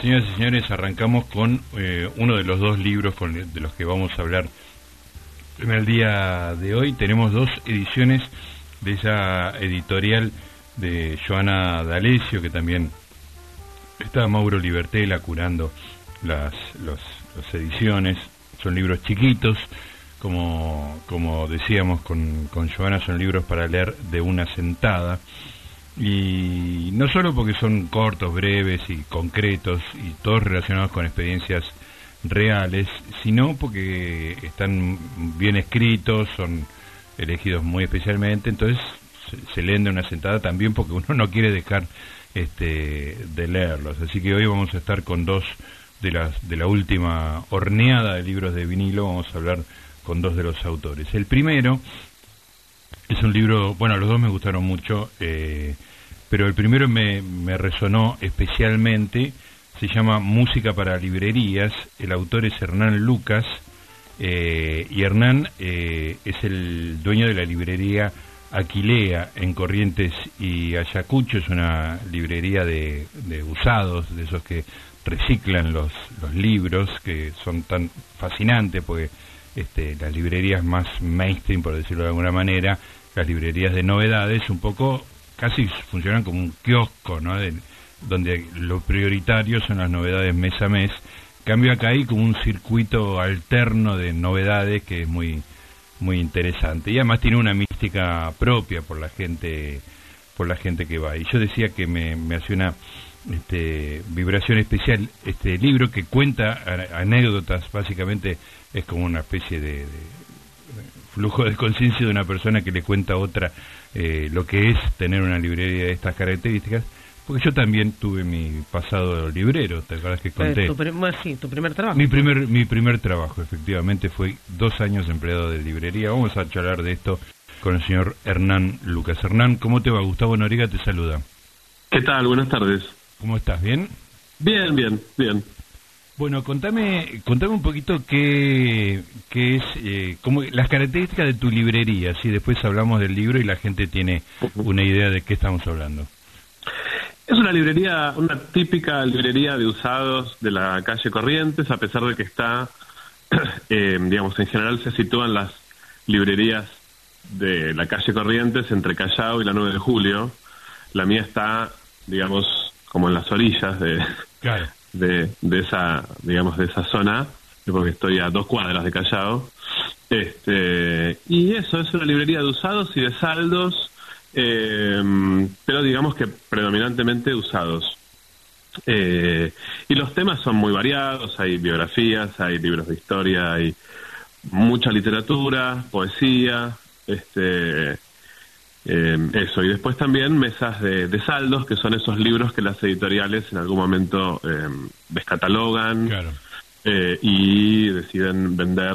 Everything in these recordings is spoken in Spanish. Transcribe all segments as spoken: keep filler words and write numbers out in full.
Señoras y señores, arrancamos con eh, uno de los dos libros con, de los que vamos a hablar en el día de hoy. Tenemos dos ediciones de esa editorial de Joana D'Alessio, que también está Mauro Libertela curando las, los, las ediciones. Son libros chiquitos, como, como decíamos con, con Joana, son libros para leer de una sentada. Y no solo porque son cortos, breves y concretos y todos relacionados con experiencias reales, sino porque están bien escritos, son elegidos muy especialmente, entonces se, se leen de una sentada también porque uno no quiere dejar este de leerlos. Así que hoy vamos a estar con dos de las de la última horneada de libros de vinilo. Vamos a hablar con dos de los autores. El primero es un libro, bueno, los dos me gustaron mucho, eh, pero el primero me, me resonó especialmente. Se llama Música para librerías. El autor es Hernán Lucas, eh, y Hernán eh, es el dueño de la librería Aquilea en Corrientes y Ayacucho. Es una librería de, de usados, de esos que reciclan los, los libros, que son tan fascinantes porque este, las librerías más mainstream, por decirlo de alguna manera, las librerías de novedades, un poco casi funcionan como un kiosco, ¿no? De, donde lo prioritario son las novedades mes a mes. Cambio acá hay como un circuito alterno de novedades que es muy muy interesante y además tiene una mística propia por la gente por la gente que va. Y yo decía que me, me hace una este, vibración especial este libro, que cuenta anécdotas. Básicamente es como una especie de, de flujo de conciencia de una persona que le cuenta a otra eh, lo que es tener una librería de estas características, porque yo también tuve mi pasado librero. ¿Te acuerdas que conté? Eh, tu, prim sí, tu primer trabajo. Mi primer mi primer trabajo, efectivamente, fue dos años empleado de librería. Vamos a charlar de esto con el señor Hernán Lucas. Hernán, ¿cómo te va? Gustavo Noriega te saluda. ¿Qué tal? Buenas tardes. ¿Cómo estás? ¿Bien? Bien, bien, bien. Bueno, contame, contame un poquito qué, qué es, eh, cómo, las características de tu librería, ¿sí? Después hablamos del libro y la gente tiene una idea de qué estamos hablando. Es una librería, una típica librería de usados de la calle Corrientes, a pesar de que está, eh, digamos, en general se sitúan las librerías de la calle Corrientes entre Callao y la nueve de julio. La mía está, digamos, como en las orillas de... Claro. De, de esa, digamos, de esa zona, porque estoy a dos cuadras de Callao. Este, y eso, es una librería de usados y de saldos, eh, pero digamos que predominantemente usados. Eh, y los temas son muy variados, hay biografías, hay libros de historia, hay mucha literatura, poesía, este... Eh, eso, y después también mesas de, de saldos, que son esos libros que las editoriales en algún momento eh, descatalogan. Claro. eh, y deciden vender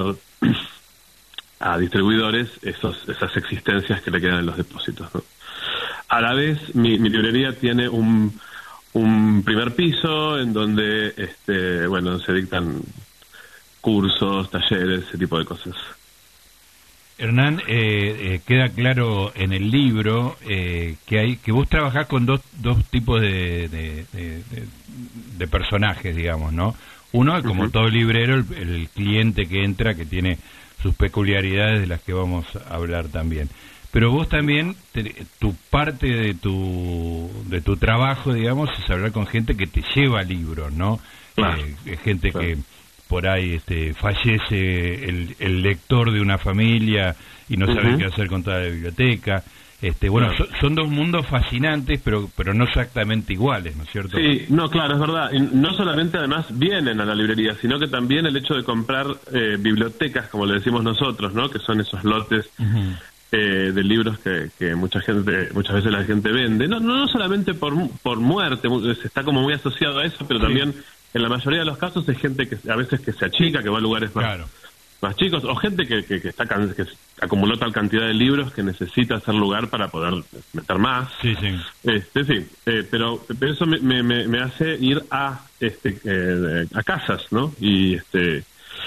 a distribuidores esos, esas existencias que le quedan en los depósitos, ¿no? A la vez, mi, mi librería tiene un, un primer piso en donde este, bueno, se dictan cursos, talleres, ese tipo de cosas. Hernán, eh, eh, queda claro en el libro eh, que hay que vos trabajás con dos dos tipos de, de, de, de, de personajes, digamos, ¿no? Uno, como uh-huh. todo librero, el, el cliente que entra, que tiene sus peculiaridades de las que vamos a hablar también. Pero vos también, te, tu parte de tu de tu trabajo, digamos, es hablar con gente que te lleva libros, ¿no? Claro. Eh, gente claro. que por ahí este fallece el, el lector de una familia y no sabe uh-huh. qué hacer con toda la biblioteca. Este, bueno, claro. son, son dos mundos fascinantes, pero pero no exactamente iguales, ¿no es cierto? Sí, no, claro, es verdad. Y no solamente además vienen a la librería, sino que también el hecho de comprar eh, bibliotecas, como le decimos nosotros, ¿no? Que son esos lotes uh-huh. eh, de libros que, que mucha gente, muchas veces la gente vende. No, no solamente por por muerte, se está como muy asociado a eso, pero sí. también en la mayoría de los casos es gente que a veces que se achica, que va a lugares más, claro. más chicos, o gente que, que, que está que acumuló tal cantidad de libros que necesita hacer lugar para poder meter más. Sí, sí. Este, sí, eh, pero, pero eso me, me, me hace ir a este eh, a casas, ¿no? Y este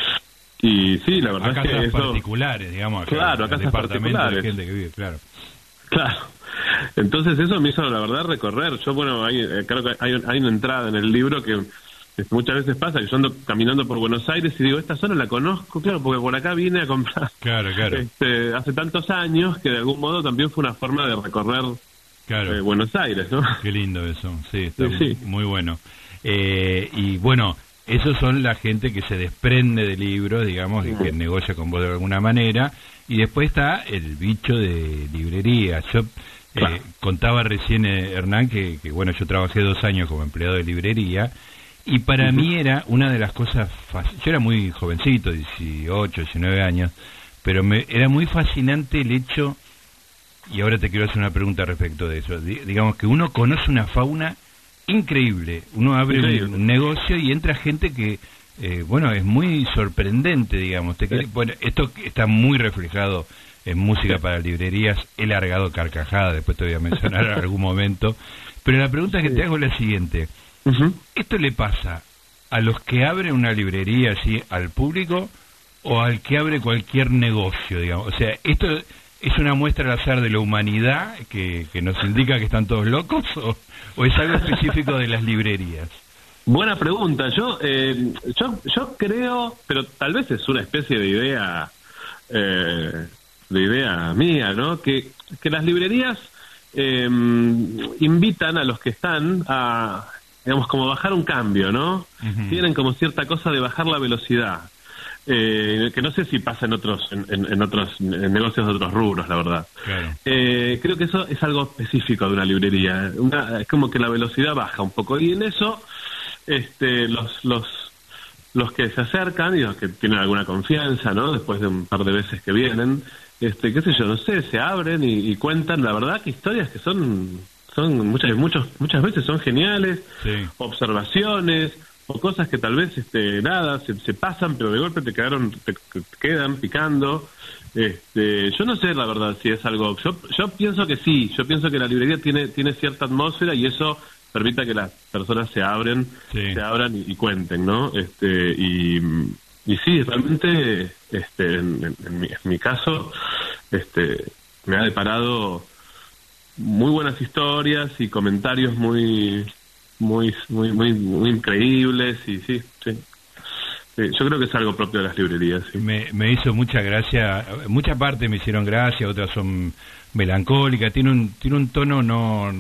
y sí, la verdad a es que casas eso, particulares, digamos, acá, claro, a casas particulares, de gente que vive, claro. Claro. Entonces eso me hizo la verdad recorrer. Yo bueno, hay, creo que hay, hay una entrada en el libro que Muchas veces pasa que yo ando caminando por Buenos Aires y digo, esta zona la conozco, claro, porque por acá vine a comprar claro, claro. Este, hace tantos años que de algún modo también fue una forma de recorrer claro. eh, Buenos Aires, ¿no? Qué lindo eso, sí, está sí, sí. muy bueno. Eh, y bueno, esos son la gente que se desprende de libros, digamos, y que negocia con vos de alguna manera, y después está el bicho de librería. Yo claro. eh, contaba recién, eh, Hernán, que, que bueno, yo trabajé dos años como empleado de librería, y para uh-huh. mí era una de las cosas, yo era muy jovencito, dieciocho, diecinueve años, pero me era muy fascinante el hecho, y ahora te quiero hacer una pregunta respecto de eso, D- digamos que uno conoce una fauna increíble, uno abre increíble. un negocio y entra gente que, eh, bueno, es muy sorprendente, digamos. Te sí. Bueno, esto está muy reflejado en música sí. para librerías, he largado carcajada, después te voy a mencionar en algún momento, pero la pregunta que sí. te hago es la siguiente. Uh-huh. ¿Esto le pasa a los que abren una librería así al público o al que abre cualquier negocio, digamos? O sea, ¿esto es una muestra al azar de la humanidad que, que nos indica que están todos locos o, o es algo específico de las librerías? Buena pregunta. Yo, eh, yo, yo creo, pero tal vez es una especie de idea, eh, de idea mía, ¿no? Que, que las librerías eh, invitan a los que están a, digamos, como bajar un cambio, ¿no? Uh-huh. Tienen como cierta cosa de bajar la velocidad. Eh, que no sé si pasa en otros en, en, en otros en negocios de otros rubros, la verdad. Claro. Eh, creo que eso es algo específico de una librería. Una, es como que la velocidad baja un poco y en eso este, los los los que se acercan y los que tienen alguna confianza, ¿no? Después de un par de veces que vienen, este, qué sé yo, no sé, se abren y, y cuentan la verdad que historias que son son muchas muchos muchas veces son geniales, sí. observaciones o cosas que tal vez este nada se, se pasan pero de golpe te quedaron te, te quedan picando. Este, yo no sé la verdad si es algo, yo yo pienso que sí, yo pienso que la librería tiene tiene cierta atmósfera y eso permite que las personas se abren, sí. se abran y, y cuenten, ¿no? Este y y sí, realmente este en, en, en, mi, en mi caso este me ha deparado muy buenas historias y comentarios muy muy muy muy muy increíbles y sí, sí. sí yo creo que es algo propio de las librerías. Sí. Me, me hizo mucha gracia, muchas partes me hicieron gracia, otras son melancólicas, tiene un tiene un tono no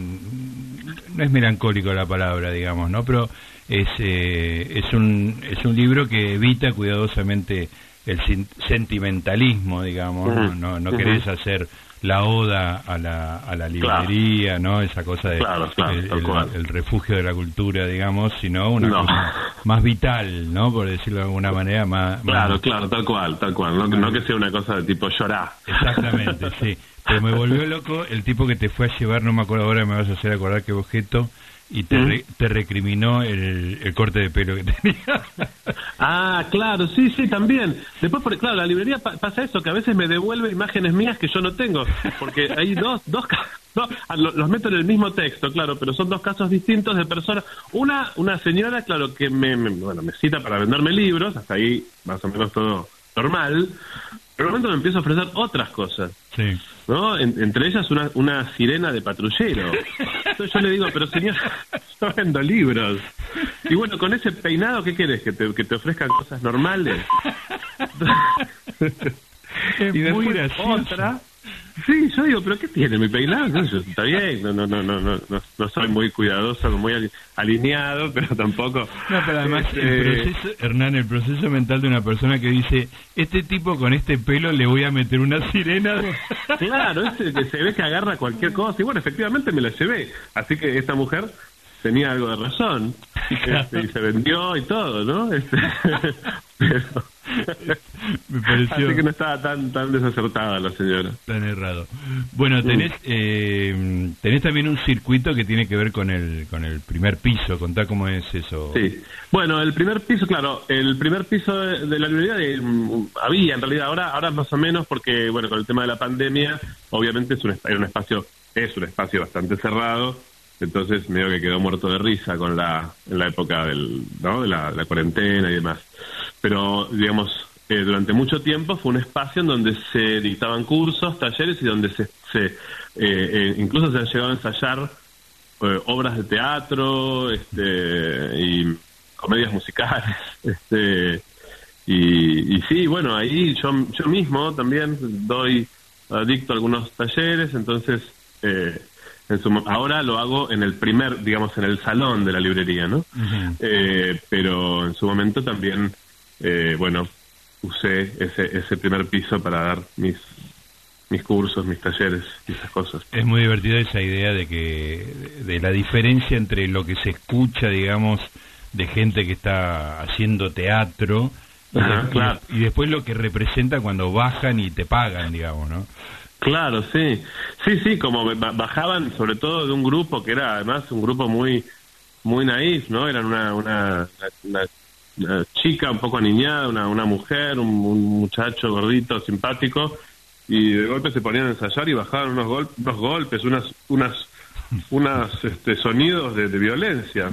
no es melancólico la palabra, digamos, ¿no? Pero es eh, es un es un libro que evita cuidadosamente el sentimentalismo, digamos, uh-huh. no no, no uh-huh. querés hacer la oda a la a la librería, claro. ¿no? Esa cosa de claro, claro, el, el, el refugio de la cultura, digamos, sino una no. cosa más vital, ¿no? Por decirlo de alguna manera, más... Claro, más... claro, tal cual, tal cual. No, no que sea una cosa de tipo llorar. Exactamente, sí. Pero me volvió loco el tipo que te fue a llevar, no me acuerdo ahora, me vas a hacer acordar qué objeto, y te, ¿Mm? re, te recriminó el, el corte de pelo que tenía. Ah, claro, sí, sí, también. Después, por, claro, la librería pa- pasa eso, que a veces me devuelve imágenes mías que yo no tengo, porque hay dos, dos, dos los meto en el mismo texto, claro, pero son dos casos distintos de personas. Una, una señora, claro, que me, me, bueno, me cita para venderme libros, hasta ahí más o menos todo normal, pero de momento me empiezo a ofrecer otras cosas. Sí. ¿No? En, entre ellas una, una sirena de patrullero. Entonces yo le digo, pero señor, yo vendo libros. Y bueno, con ese peinado, ¿qué querés? ¿Que te, que te ofrezcan cosas normales? Es y después muy gracioso. Otra. Sí, yo digo, ¿pero qué tiene mi peinado? No, yo, está bien, no, no, no, no, no, no soy muy cuidadoso, muy alineado, pero tampoco... No, pero además eh, el proceso, Hernán, el proceso mental de una persona que dice, este tipo con este pelo le voy a meter una sirena... Claro, ese que se ve que agarra cualquier cosa, y bueno, efectivamente me la llevé, así que esta mujer tenía algo de razón, este, y se vendió y todo, ¿no? Este, pero... Me pareció... Así que no estaba tan tan desacertada la señora. Tan errado. Bueno, tenés mm. eh, tenés también un circuito que tiene que ver con el con el primer piso. Contá cómo es eso. Sí. Bueno, el primer piso, claro, el primer piso de, de la librería de, um, había en realidad, ahora ahora más o menos porque, bueno, con el tema de la pandemia, obviamente es un, era un espacio, es un espacio bastante cerrado, entonces medio que quedó muerto de risa con la en la época del, ¿no? de la, la cuarentena y demás. Pero, digamos, eh, durante mucho tiempo fue un espacio en donde se dictaban cursos, talleres y donde se, se eh, eh, incluso se han llegado a ensayar eh, obras de teatro, este y comedias musicales. este y, y sí, bueno, ahí yo yo mismo también doy adicto a algunos talleres, entonces eh, en su, ahora lo hago en el primer, digamos, en el salón de la librería, ¿no? Uh-huh. eh, pero en su momento también, eh, bueno, usé ese ese primer piso para dar mis mis cursos, mis talleres y esas cosas. Es muy divertida esa idea de que de la diferencia entre lo que se escucha, digamos, de gente que está haciendo teatro y, Ajá, de, claro. y, y después lo que representa cuando bajan y te pagan, digamos, ¿no? Claro, sí. Sí, sí, como bajaban sobre todo de un grupo que era además un grupo muy muy naif, ¿no? Eran una una, una, una chica un poco aniñada, una, una mujer, un, un muchacho gordito, simpático, y de golpe se ponían a ensayar y bajaban unos, gol unos golpes, unas unas unas este, sonidos de, de violencia.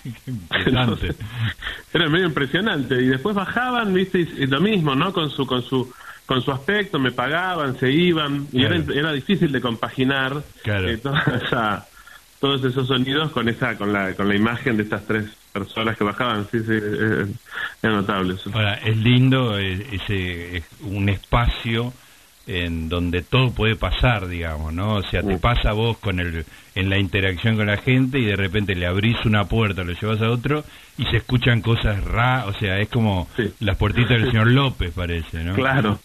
Entonces, era medio impresionante. Y después bajaban, viste, y, y lo mismo, ¿no? Con su con su con su aspecto, me pagaban, se iban, y claro. era, era difícil de compaginar claro. eh, toda esa, todos esos sonidos con esa con la con la imagen de estas tres personas que bajaban. Sí, sí, es, es notable eso. Ahora, es lindo, es, ese es un espacio en donde todo puede pasar, digamos, ¿no? O sea, te pasa a vos con el en la interacción con la gente y de repente le abrís una puerta, lo llevas a otro y se escuchan cosas raras, o sea, es como sí. las puertitas del señor López, parece, ¿no? Claro.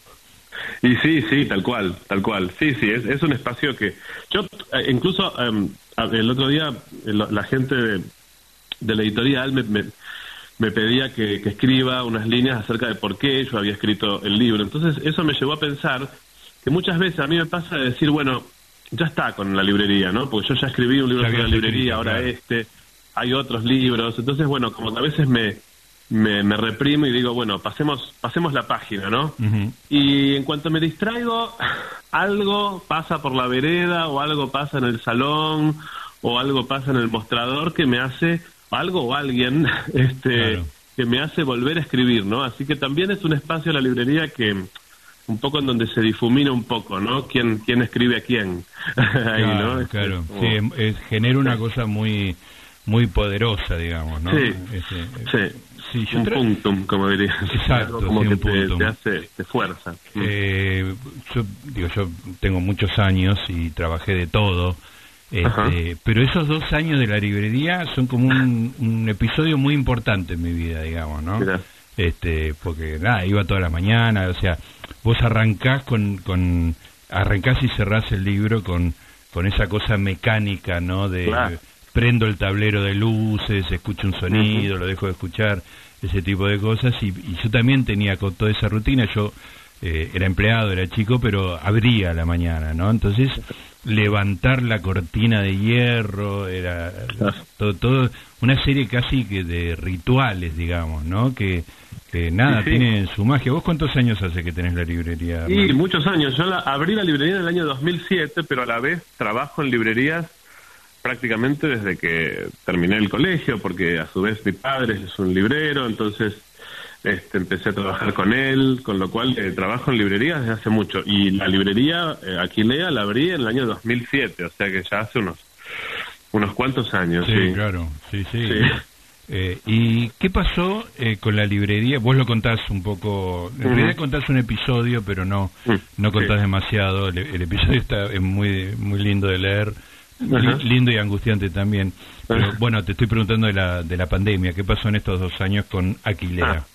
Y sí, sí, tal cual, tal cual. Sí, sí, es, es un espacio que... Yo, eh, incluso, um, el otro día, la gente de, de la editorial me... me me pedía que, que escriba unas líneas acerca de por qué yo había escrito el libro. Entonces eso me llevó a pensar que muchas veces a mí me pasa de decir, bueno, ya está con la librería, ¿no? Porque yo ya escribí un libro sobre la librería, escrito, ahora claro. este, hay otros libros. Entonces, bueno, como que a veces me, me, me reprimo y digo, bueno, pasemos pasemos la página, ¿no? Uh-huh. Y en cuanto me distraigo, algo pasa por la vereda o algo pasa en el salón o algo pasa en el mostrador que me hace... algo o alguien este claro. que me hace volver a escribir, ¿no? Así que también es un espacio la librería que un poco en donde se difumina un poco, ¿no? Quién quién escribe a quién. Ahí, claro, ¿no? claro. Como... Sí, es, genera una cosa muy muy poderosa, digamos, ¿no? Sí, Ese, sí. sí yo un tra... puntum, como dirías. Exacto, como sí, que un te, puntum. te hace, te fuerza. Eh, yo digo, yo tengo muchos años y trabajé de todo. Este, pero esos dos años de la librería son como un, un episodio muy importante en mi vida, digamos, ¿no? Mirá. Este, porque nada, iba toda la mañana, o sea, vos arrancás con, con arrancás y cerrás el libro con, con esa cosa mecánica, ¿no? De claro. prendo el tablero de luces, escucho un sonido, uh-huh. lo dejo de escuchar, ese tipo de cosas, y, y yo también tenía con toda esa rutina, yo eh, era empleado, era chico, pero abría a la mañana, ¿no? Entonces levantar la cortina de hierro, era todo, todo una serie casi que de rituales, digamos, ¿no? Que, que nada, sí, sí. tiene su magia. ¿Vos cuántos años hace que tenés la librería? Sí, Armando? Muchos años. Yo la, abrí la librería en el año dos mil siete, pero a la vez trabajo en librerías prácticamente desde que terminé el colegio, porque a su vez mi padre es un librero, entonces Este, empecé a trabajar con él, con lo cual eh, trabajo en librerías desde hace mucho. Y la librería eh, Aquilea la abrí en el año dos mil siete, o sea que ya hace unos unos cuantos años. Sí, sí. claro, sí, sí. sí. Eh, ¿Y qué pasó eh, con la librería? Vos lo contás un poco, en uh-huh. realidad contás un episodio, pero no uh-huh. no contás sí. demasiado. El, el episodio está es muy muy lindo de leer, uh-huh. lindo y angustiante también. Pero uh-huh. bueno, te estoy preguntando de la de la pandemia. ¿Qué pasó en estos dos años con Aquilea? Ah.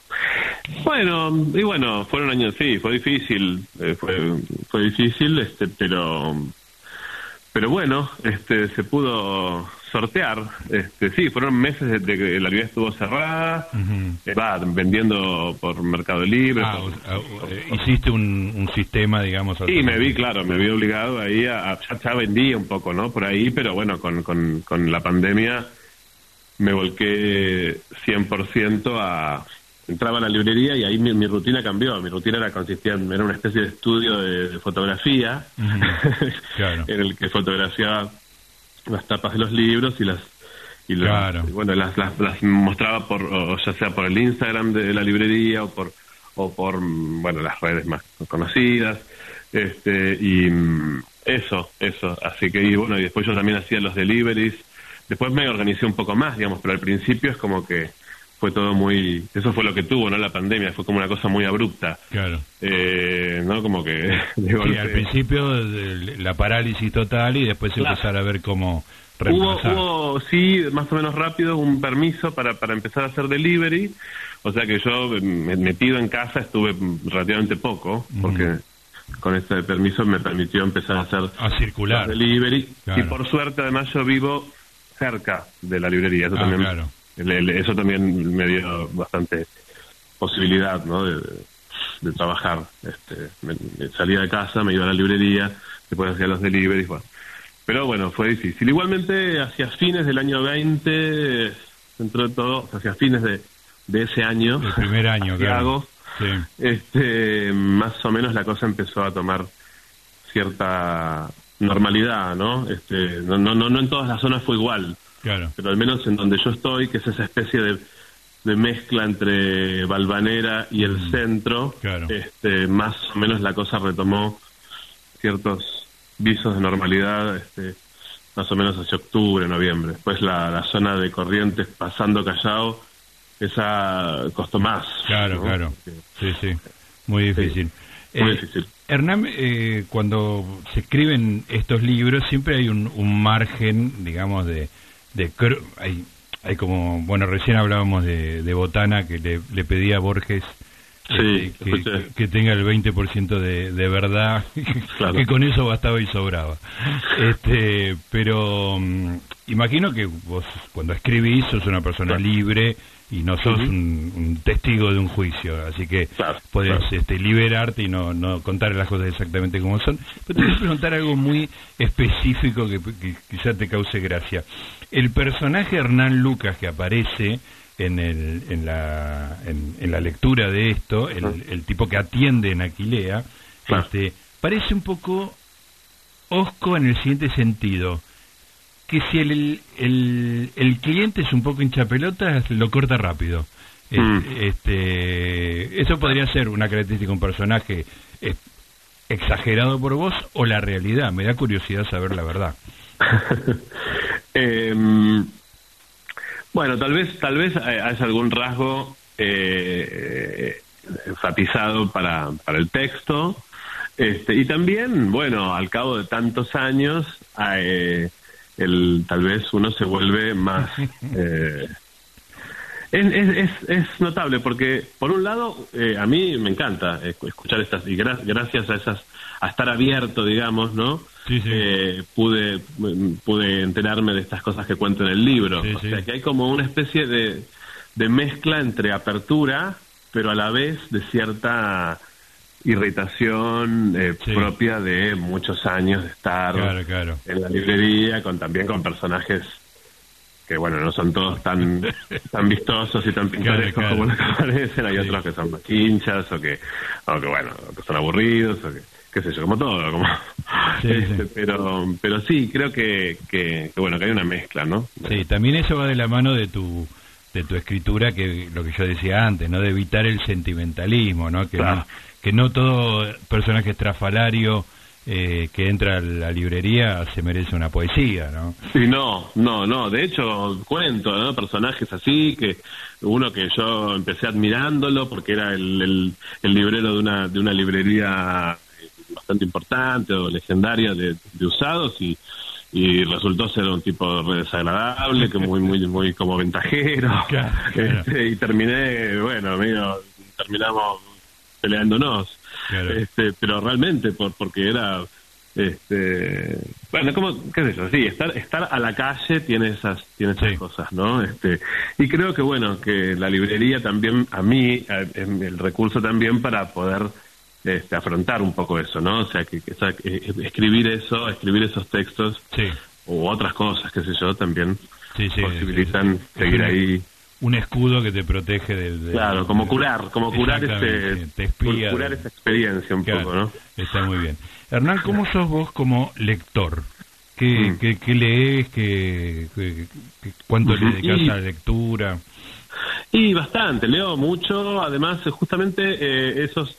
Bueno, y bueno, fueron años, sí, fue difícil, eh, fue fue difícil, este, pero pero bueno, este, se pudo sortear, este, sí, fueron meses desde que la librería estuvo cerrada, uh-huh. eh, va vendiendo por Mercado Libre. Ah, por, uh, uh, por, hiciste un, un sistema, digamos. Sí, me vi, claro, me vi obligado ahí a, a ya, ya vendía un poco, ¿no? Por ahí, pero bueno, con con con la pandemia me volqué cien por ciento a entraba a la librería y ahí mi, mi rutina cambió. Mi rutina era consistía en, era una especie de estudio de, de fotografía, uh-huh. claro. en el que fotografiaba las tapas de los libros y las y las, claro. bueno las, las las mostraba por o ya sea por el Instagram de la librería o por o por bueno las redes más conocidas, este y eso eso así que y bueno y después yo también hacía los deliveries. Después me organicé un poco más, digamos, pero al principio es como que fue todo muy, eso fue lo que tuvo, ¿no? La pandemia, fue como una cosa muy abrupta. Claro. Eh, ¿no? Como que de sí, golpe... al principio la parálisis total y después claro. empezar a ver cómo hubo, reemplazar. hubo, sí, más o menos rápido, un permiso para, para empezar a hacer delivery, o sea que yo me, metido en casa estuve relativamente poco, porque mm. con este permiso me permitió empezar a hacer a circular delivery, claro. y por suerte además yo vivo cerca de la librería, eso ah, también... Claro. Eso también me dio bastante posibilidad, ¿no? de, de trabajar. Este, me, me salía de casa, me iba a la librería, después hacía los deliveries, bueno. Pero bueno, fue difícil. Igualmente, hacia fines del año veinte, dentro de todo, hacia fines de, de ese año, el primer año, claro. Sí. este, más o menos la cosa empezó a tomar cierta normalidad, ¿no? Este, no, no, no, no en todas las zonas fue igual. Claro. Pero al menos en donde yo estoy, que es esa especie de, de mezcla entre Valvanera y el mm, centro, claro. este, más o menos la cosa retomó ciertos visos de normalidad, este, más o menos hacia octubre, noviembre. Después la, la zona de Corrientes, pasando Callao, esa costó más. Claro, ¿no? Claro. Sí, sí. Muy difícil. Sí, muy eh, difícil. Hernán, eh, cuando se escriben estos libros, siempre hay un, un margen, digamos, de... de hay, hay como, bueno, recién hablábamos de, de Botana, que le, le pedía a Borges sí, este, que, que, que tenga el veinte por ciento de, de verdad, claro. que con eso bastaba y sobraba. Este, pero um, imagino que vos cuando escribís sos una persona claro. libre y no sos uh-huh. un, un testigo de un juicio, así que claro, podés claro. Este, liberarte y no, no contar las cosas exactamente como son. Pero te voy a preguntar algo muy específico que, que quizá te cause gracia. El personaje Hernán Lucas que aparece en, el, en, la, en, en la lectura de esto, el, uh-huh. el tipo que atiende en Aquilea, claro. este, parece un poco hosco en el siguiente sentido. Que si el, el, el cliente es un poco hinchapelotas, lo corta rápido. Mm. Este, eso podría ser una característica de un personaje exagerado por vos o la realidad. Me da curiosidad saber la verdad. eh, bueno, tal vez tal vez haya algún rasgo eh, enfatizado para, para el texto. Este, y también, bueno, al cabo de tantos años... Eh, el tal vez uno se vuelve más eh, es, es, es notable porque por un lado eh, a mí me encanta escuchar estas y gra- gracias a esas a estar abierto digamos no sí, sí. Eh, pude pude enterarme de estas cosas que cuento en el libro sí, o sí. sea que hay como una especie de de mezcla entre apertura pero a la vez de cierta irritación eh, sí. propia de muchos años de estar claro, claro. en la librería, con también con personajes que, bueno, no son todos tan tan vistosos y tan pintorescos claro, claro. como los que aparecen. Hay sí. otros que son más hinchas o que, o que, bueno, que son aburridos o que, qué sé yo, como todo. como sí, este, sí. Pero pero sí, creo que, que, que, bueno, que hay una mezcla, ¿no? Sí, también eso va de la mano de tu de tu escritura, que lo que yo decía antes, ¿no? De evitar el sentimentalismo, ¿no? Que claro. no, que no todo personaje estrafalario eh, que entra a la librería se merece una poesía, ¿no? Sí, no, no, no. De hecho, cuento, ¿no? Personajes así, que uno que yo empecé admirándolo porque era el, el, el librero de una de una librería bastante importante o legendaria de, de usados y y resultó ser un tipo desagradable, que muy muy muy como ventajero. Claro, claro. Este, y terminé, bueno, medio terminamos peleándonos. Claro. Este, pero realmente por porque era este bueno, como qué sé yo, sí, estar estar a la calle tiene esas tiene esas sí. cosas, ¿no? Este, y creo que bueno, que la librería también a mí es el recurso también para poder Este, afrontar un poco eso, ¿no? O sea, que, que, o sea, que escribir eso, escribir esos textos sí. o otras cosas, qué sé yo, también sí, sí, posibilitan sí, sí. seguir un, ahí. Un escudo que te protege del... De, claro, como de, curar, como curar ese, te espía curar de, esa experiencia un claro, poco, ¿no? Está muy bien. Hernán, ¿cómo sos vos como lector? ¿Qué, mm. qué, qué lees? ¿Qué, qué, qué, ¿Cuánto uh-huh. le dedicas y, a la lectura? Y bastante, leo mucho, además justamente eh, esos...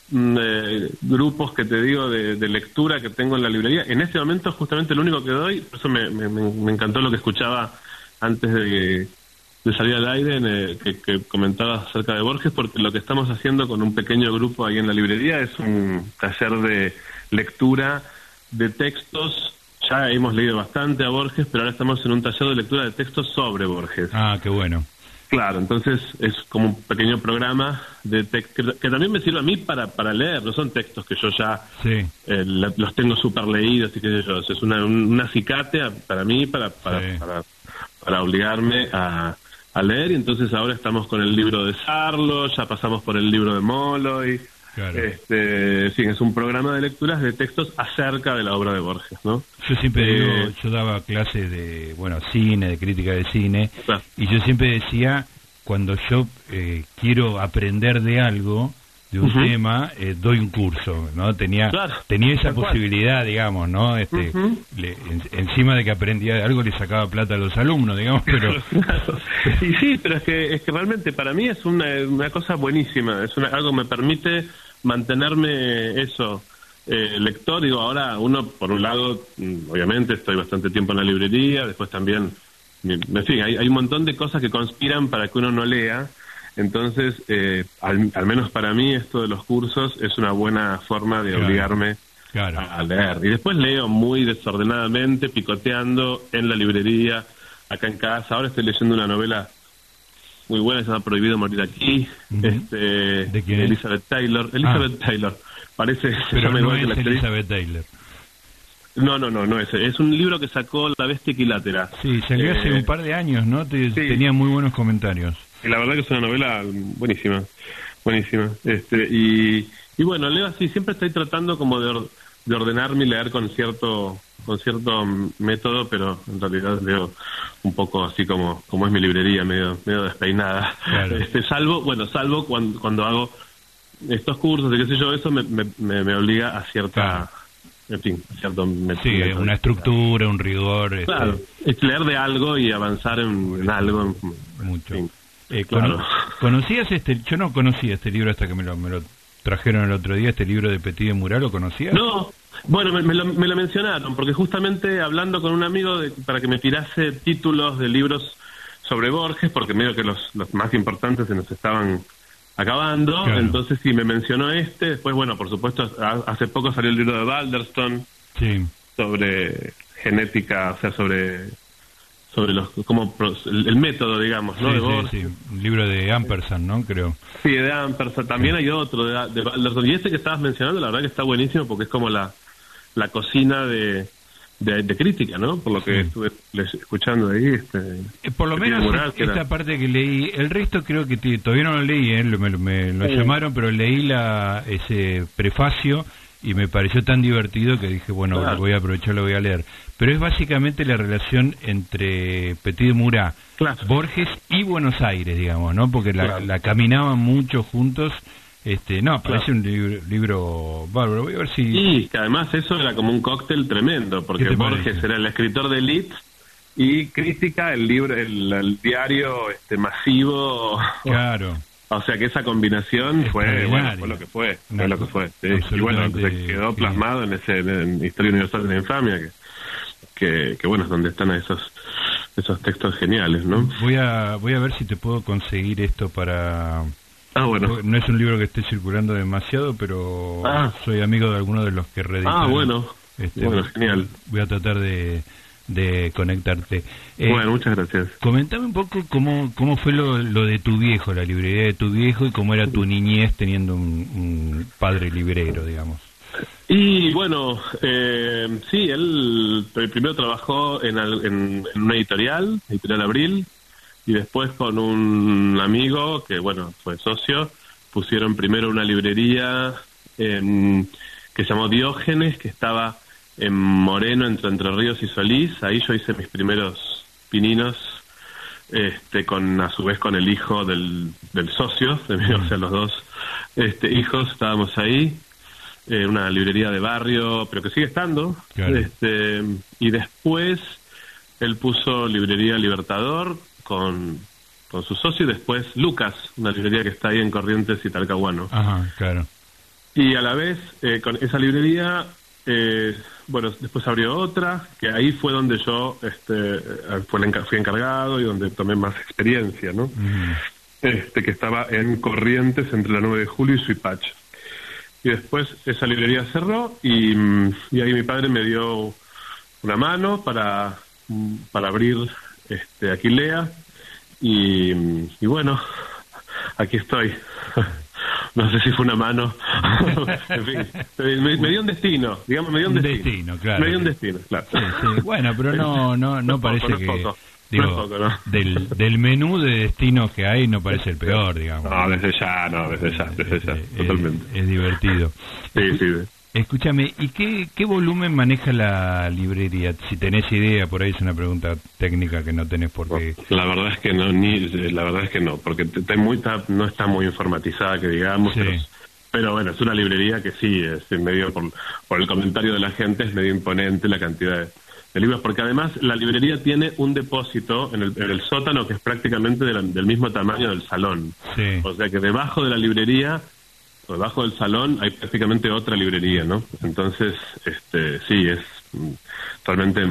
Eh, grupos que te digo de, de lectura que tengo en la librería en este momento justamente el único que doy, por eso me, me, me encantó lo que escuchaba antes de de salir al aire en el, que, que comentabas acerca de Borges, porque lo que estamos haciendo con un pequeño grupo ahí en la librería es un taller de lectura de textos. Ya hemos leído bastante a Borges, pero ahora estamos en un taller de lectura de textos sobre Borges. Ah, qué bueno. Claro, entonces es como un pequeño programa de text que, que también me sirve a mí para, para leer. No son textos que yo ya sí. eh, la, los tengo súper leídos y qué sé yo. Es una, un, una acicate a, para mí para para, sí. para para obligarme a, a leer. Y entonces ahora estamos con el libro de Sarlo, ya pasamos por el libro de Molloy. Claro. Este, sí, es un programa de lecturas de textos acerca de la obra de Borges, ¿no? Yo siempre eh, digo, yo daba clases de, bueno, cine, de crítica de cine, claro. Y yo siempre decía, cuando yo eh, quiero aprender de algo, de un uh-huh. tema, eh, doy un curso, ¿no? Tenía claro. tenía esa posibilidad, cual. digamos, ¿no? Este, uh-huh. le, en, encima de que aprendía de algo, le sacaba plata a los alumnos, digamos, pero... Claro. Y sí, pero es que, es que realmente para mí es una, una cosa buenísima, es una, algo que me permite mantenerme eso, eh, lector. Digo, ahora uno, por un lado, obviamente estoy bastante tiempo en la librería, después también, en fin, hay, hay un montón de cosas que conspiran para que uno no lea. Entonces, eh, al, al menos para mí, esto de los cursos es una buena forma de claro, obligarme claro. a leer. Y después leo muy desordenadamente, picoteando en la librería, acá en casa. Ahora estoy leyendo una novela muy buena, se llama Prohibido morir aquí. Uh-huh. este ¿De quién es? Elizabeth Taylor. Elizabeth ah. Taylor. Parece que Pero no igual es que la Elizabeth Taylor. No, no, no, no es. Es un libro que sacó La Bestia Equilátera. Sí, salió eh, hace un par de años, ¿no? Te, sí. Tenía muy buenos comentarios. Y la verdad que es una novela buenísima, buenísima. Este y, y bueno, leo así, siempre estoy tratando como de, or, de ordenarme y leer con cierto con cierto método, pero en realidad leo un poco así como como es mi librería, medio medio despeinada. Claro. Este, salvo, bueno, salvo cuando cuando hago estos cursos y qué sé yo, eso me, me, me obliga a cierta... Claro. En fin, cierto método. Sí, método, una estructura, un rigor. Claro, este... es leer de algo y avanzar en, en algo. En, Mucho. En fin. Eh, claro. ¿Conocías este? Yo no conocía este libro hasta que me lo, me lo trajeron el otro día, este libro de Petit de Murat, ¿lo conocías? No, bueno, me, me, lo, me lo mencionaron, porque justamente hablando con un amigo de, para que me tirase títulos de libros sobre Borges, porque medio que los, los más importantes se nos estaban acabando, claro. Entonces sí, me mencionó este, después, bueno, por supuesto, hace poco salió el libro de Balderston, sí. Sobre genética, o sea, sobre... sobre los como el, el método, digamos, ¿no? Sí, de Borges. Sí, sí, un libro de Ampersand, ¿no? Creo. Sí, de Ampersand. También sí. Hay otro de, de Balderston. Y este que estabas mencionando, la verdad que está buenísimo porque es como la la cocina de, de, de crítica, ¿no? Por lo que sí. Estuve escuchando ahí. Este, eh, por lo menos Mural, esta era... parte que leí, el resto creo que te, todavía no lo leí, ¿eh? Me, me, me lo sí. llamaron, pero leí la ese prefacio y me pareció tan divertido que dije, bueno, claro. Voy a aprovechar, lo voy a leer. Pero es básicamente la relación entre Petit de Murat, claro. Borges y Buenos Aires, digamos, ¿no? Porque la, claro. la caminaban mucho juntos. Este, no, parece claro. un libro, libro bárbaro. Voy a ver si... Y que además eso era como un cóctel tremendo, porque Borges parece? Era el escritor de Elite y Crítica, el libro, el, el diario este masivo. Claro. O sea que esa combinación fue, bueno, fue lo que fue, no, fue lo que fue. Sí. Y bueno, se quedó plasmado sí. en ese en Historia Universal de la Infamia, que, que, que bueno, es donde están esos esos textos geniales, ¿no? Voy a voy a ver si te puedo conseguir esto para... Ah, bueno. No es un libro que esté circulando demasiado, pero ah. soy amigo de algunos de los que reeditan. Ah, bueno. Este, bueno, genial. Voy a tratar de... de conectarte. Eh, bueno, muchas gracias. Comentame un poco cómo cómo fue lo, lo de tu viejo, la librería de tu viejo, y cómo era tu niñez teniendo un, un padre librero, digamos. Y bueno, eh, sí, él primero trabajó en, en, en una editorial, Editorial Abril, y después con un amigo que, bueno, fue socio, pusieron primero una librería en, que se llamó Diógenes, que estaba en Moreno, entre Entre Ríos y Solís. Ahí yo hice mis primeros pininos, este, con a su vez con el hijo del, del socio, de mí, o sea, los dos este, hijos estábamos ahí, eh, una librería de barrio, pero que sigue estando. Claro. Este, y después él puso Librería Libertador con, con su socio, y después Lucas, una librería que está ahí en Corrientes y Talcahuano. Ajá, claro. Y a la vez, eh, con esa librería... Eh, bueno, después abrió otra, que ahí fue donde yo este, fue el enca- fui encargado y donde tomé más experiencia, ¿no? Mm. Este, que estaba en Corrientes, entre la nueve de julio y Suipacha. Y después esa librería cerró y, y ahí mi padre me dio una mano para, para abrir este, Aquilea y, y bueno, aquí estoy. No sé si fue una mano. En fin, me, me dio un destino, digamos, me dio un, un destino. destino, claro. Me dio un destino, claro. Sí, sí. Bueno, pero no, no, no, no parece poco, que... No poco. Digo, no poco, ¿no? del, del menú de destinos que hay no parece el peor, digamos. No, desde ya, no, desde ya, desde ya, es, totalmente. Es, es divertido. Sí, Escu sí. Escúchame, ¿y qué, qué volumen maneja la librería? Si tenés idea, por ahí es una pregunta técnica que no tenés por qué... No, la verdad es que no, ni, la verdad es que no, porque está muy, está, no está muy informatizada, que digamos, sí. pero, pero bueno, es una librería que sí, es medio por, por el comentario de la gente, es medio imponente la cantidad de... de libros, porque además la librería tiene un depósito en el, en el sótano que es prácticamente de la, del mismo tamaño del salón. Sí. O sea que debajo de la librería, o debajo del salón, hay prácticamente otra librería, ¿no? Entonces, este, sí, es realmente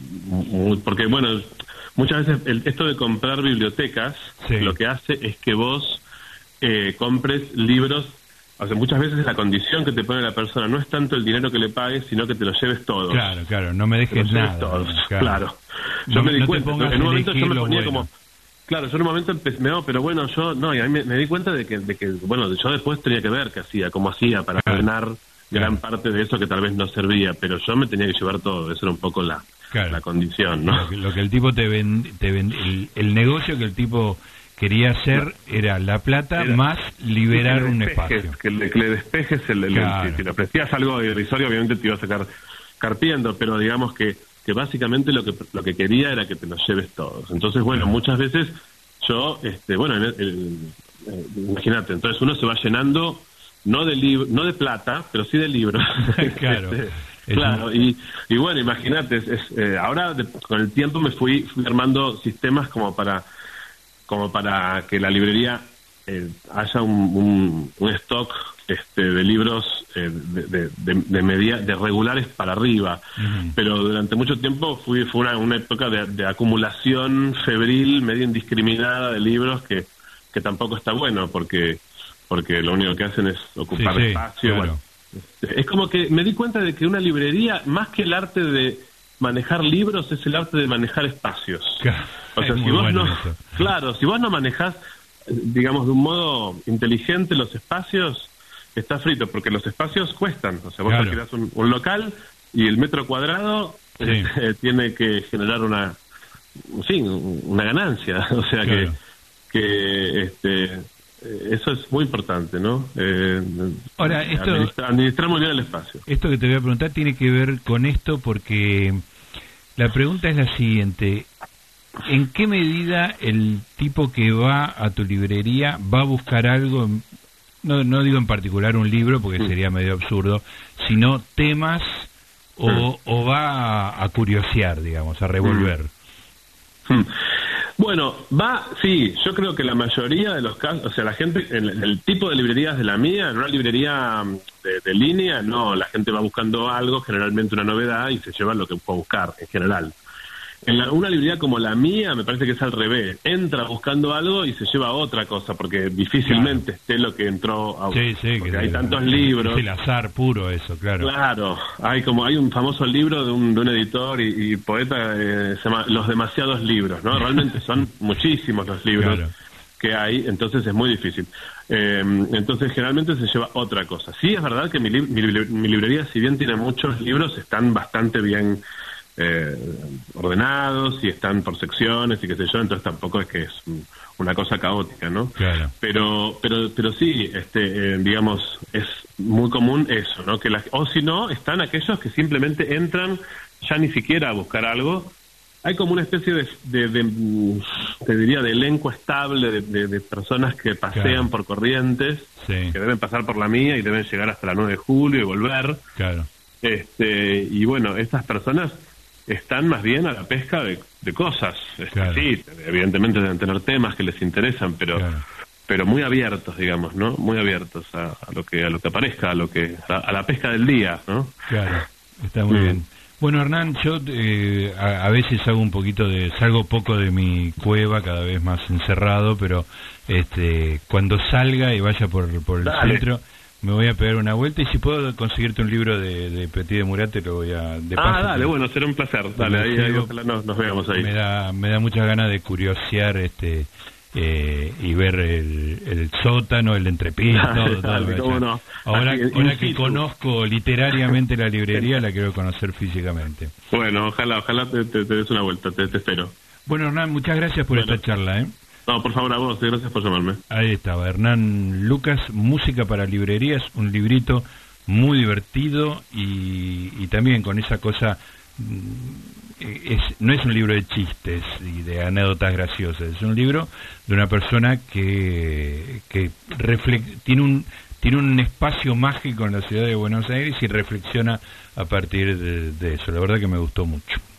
muy, porque bueno, muchas veces el, esto de comprar bibliotecas, sí. lo que hace es que vos eh, compres libros. O sea, muchas veces la condición que te pone la persona no es tanto el dinero que le pagues, sino que te lo lleves todos. Claro, claro, no me dejes nada. Todos, claro. claro. Yo no, me di no cuenta, en un momento yo me ponía bueno. como... Claro, yo en un momento empecé, no, pero bueno, yo, no, y a mí me, me di cuenta de que, de que, bueno, yo después tenía que ver qué hacía, cómo hacía para claro. ganar gran claro. parte de eso que tal vez no servía, pero yo me tenía que llevar todo, eso era un poco la, claro. la condición, ¿no? Lo que, lo que el tipo te vende, te vend, el, el negocio que el tipo... quería hacer no. era la plata era, más liberar un espacio. Que le, que le despejes, el, el, claro. el, si, si le ofrecías algo irrisorio, obviamente te iba a sacar carpiendo, pero digamos que, que básicamente lo que lo que quería era que te los lleves todos. Entonces, bueno, claro. muchas veces yo, este bueno, el, el, el, imagínate, entonces uno se va llenando, no de lib no de plata, pero sí de libros. Claro. este, claro, y, y bueno, imagínate, es, es, eh, ahora de, con el tiempo me fui, fui armando sistemas como para... como para que la librería eh, haya un, un, un stock este, de libros eh, de, de, de, de, media, de regulares para arriba. Uh-huh. Pero durante mucho tiempo fui, fue una, una época de, de acumulación febril, medio indiscriminada de libros que, que tampoco está bueno, porque porque lo único que hacen es ocupar sí, espacio. Sí, claro. Bueno, es como que me di cuenta de que una librería, más que el arte de manejar libros, es el arte de manejar espacios. Claro. O sea, es si vos bueno no, eso. claro, si vos no manejás, digamos, de un modo inteligente los espacios, está frito, porque los espacios cuestan. O sea, vos claro. alquilás un, un local y el metro cuadrado sí. eh, tiene que generar una, sí, una ganancia. O sea claro. que, que este, eso es muy importante, ¿no? Eh, Ahora, esto, administrar, administrar muy bien el espacio. Esto que te voy a preguntar tiene que ver con esto porque la pregunta es la siguiente. ¿En qué medida el tipo que va a tu librería va a buscar algo, no, no digo en particular un libro porque sería medio absurdo, sino temas o, o va a, a curiosear, digamos, a revolver? Bueno, va, sí, yo creo que la mayoría de los casos, o sea, la gente, el, el tipo de librerías de la mía, en una librería de, de línea, no, la gente va buscando algo, generalmente una novedad, y se lleva lo que fue a buscar, en general. En la, una librería como la mía, me parece que es al revés. Entra buscando algo y se lleva otra cosa, porque difícilmente claro. esté lo que entró a sí, sí, porque que hay el, tantos libros. Es el azar puro eso, claro. Claro, hay como hay un famoso libro de un, de un editor y, y poeta, eh, se llama Los demasiados libros, ¿no? Realmente son muchísimos los libros claro. que hay, entonces es muy difícil. Eh, entonces generalmente se lleva otra cosa. Sí, es verdad que mi, li mi, mi librería, si bien tiene muchos libros, están bastante bien Eh, ordenados y están por secciones y qué sé yo, entonces tampoco es que es una cosa caótica, ¿no? Claro. Pero, pero, pero sí, este, eh, digamos, es muy común eso, ¿no? Que la, o si no, están aquellos que simplemente entran ya ni siquiera a buscar algo. Hay como una especie de, de, de te diría, de elenco estable de, de, de personas que pasean claro. por Corrientes, sí. que deben pasar por la mía y deben llegar hasta la nueve de julio y volver. Claro. Este, y bueno, estas personas están más bien a la pesca de, de cosas. Este, claro. Sí, evidentemente deben tener temas que les interesan, pero claro. pero muy abiertos, digamos, ¿no? Muy abiertos a, a lo que a lo que aparezca, a lo que a, a la pesca del día, ¿no? Claro. Está muy Mm. bien. Bueno, Hernán, yo eh, a, a veces hago un poquito de, salgo poco de mi cueva, cada vez más encerrado, pero este, cuando salga y vaya por, por el Dale. centro, me voy a pegar una vuelta y si puedo conseguirte un libro de, de Petit de Murat, te lo voy a... De Ah, paso, dale, te- bueno, será un placer. Dale, lo ahí, ahí sigo. ojalá nos, nos veamos ahí. me da me da muchas ganas de curiosear este eh, y ver el, el sótano, el entrepiso, Dale, todo, todo dale, eso. cómo no. Ahora, Así, in ahora que situ. conozco literariamente la librería, la quiero conocer físicamente. Bueno, ojalá, ojalá te, te- te des una vuelta, te, te espero. Bueno, Hernán, muchas gracias por Bueno. esta charla, ¿eh? No, por favor, a vos, eh, gracias por llamarme. Ahí estaba, Hernán Lucas, Música para Librerías, un librito muy divertido y, y también con esa cosa, mm, es, no es un libro de chistes y de anécdotas graciosas, es un libro de una persona que, que reflex- tiene un tiene un espacio mágico en la ciudad de Buenos Aires y reflexiona a partir de, de eso. La verdad que me gustó mucho.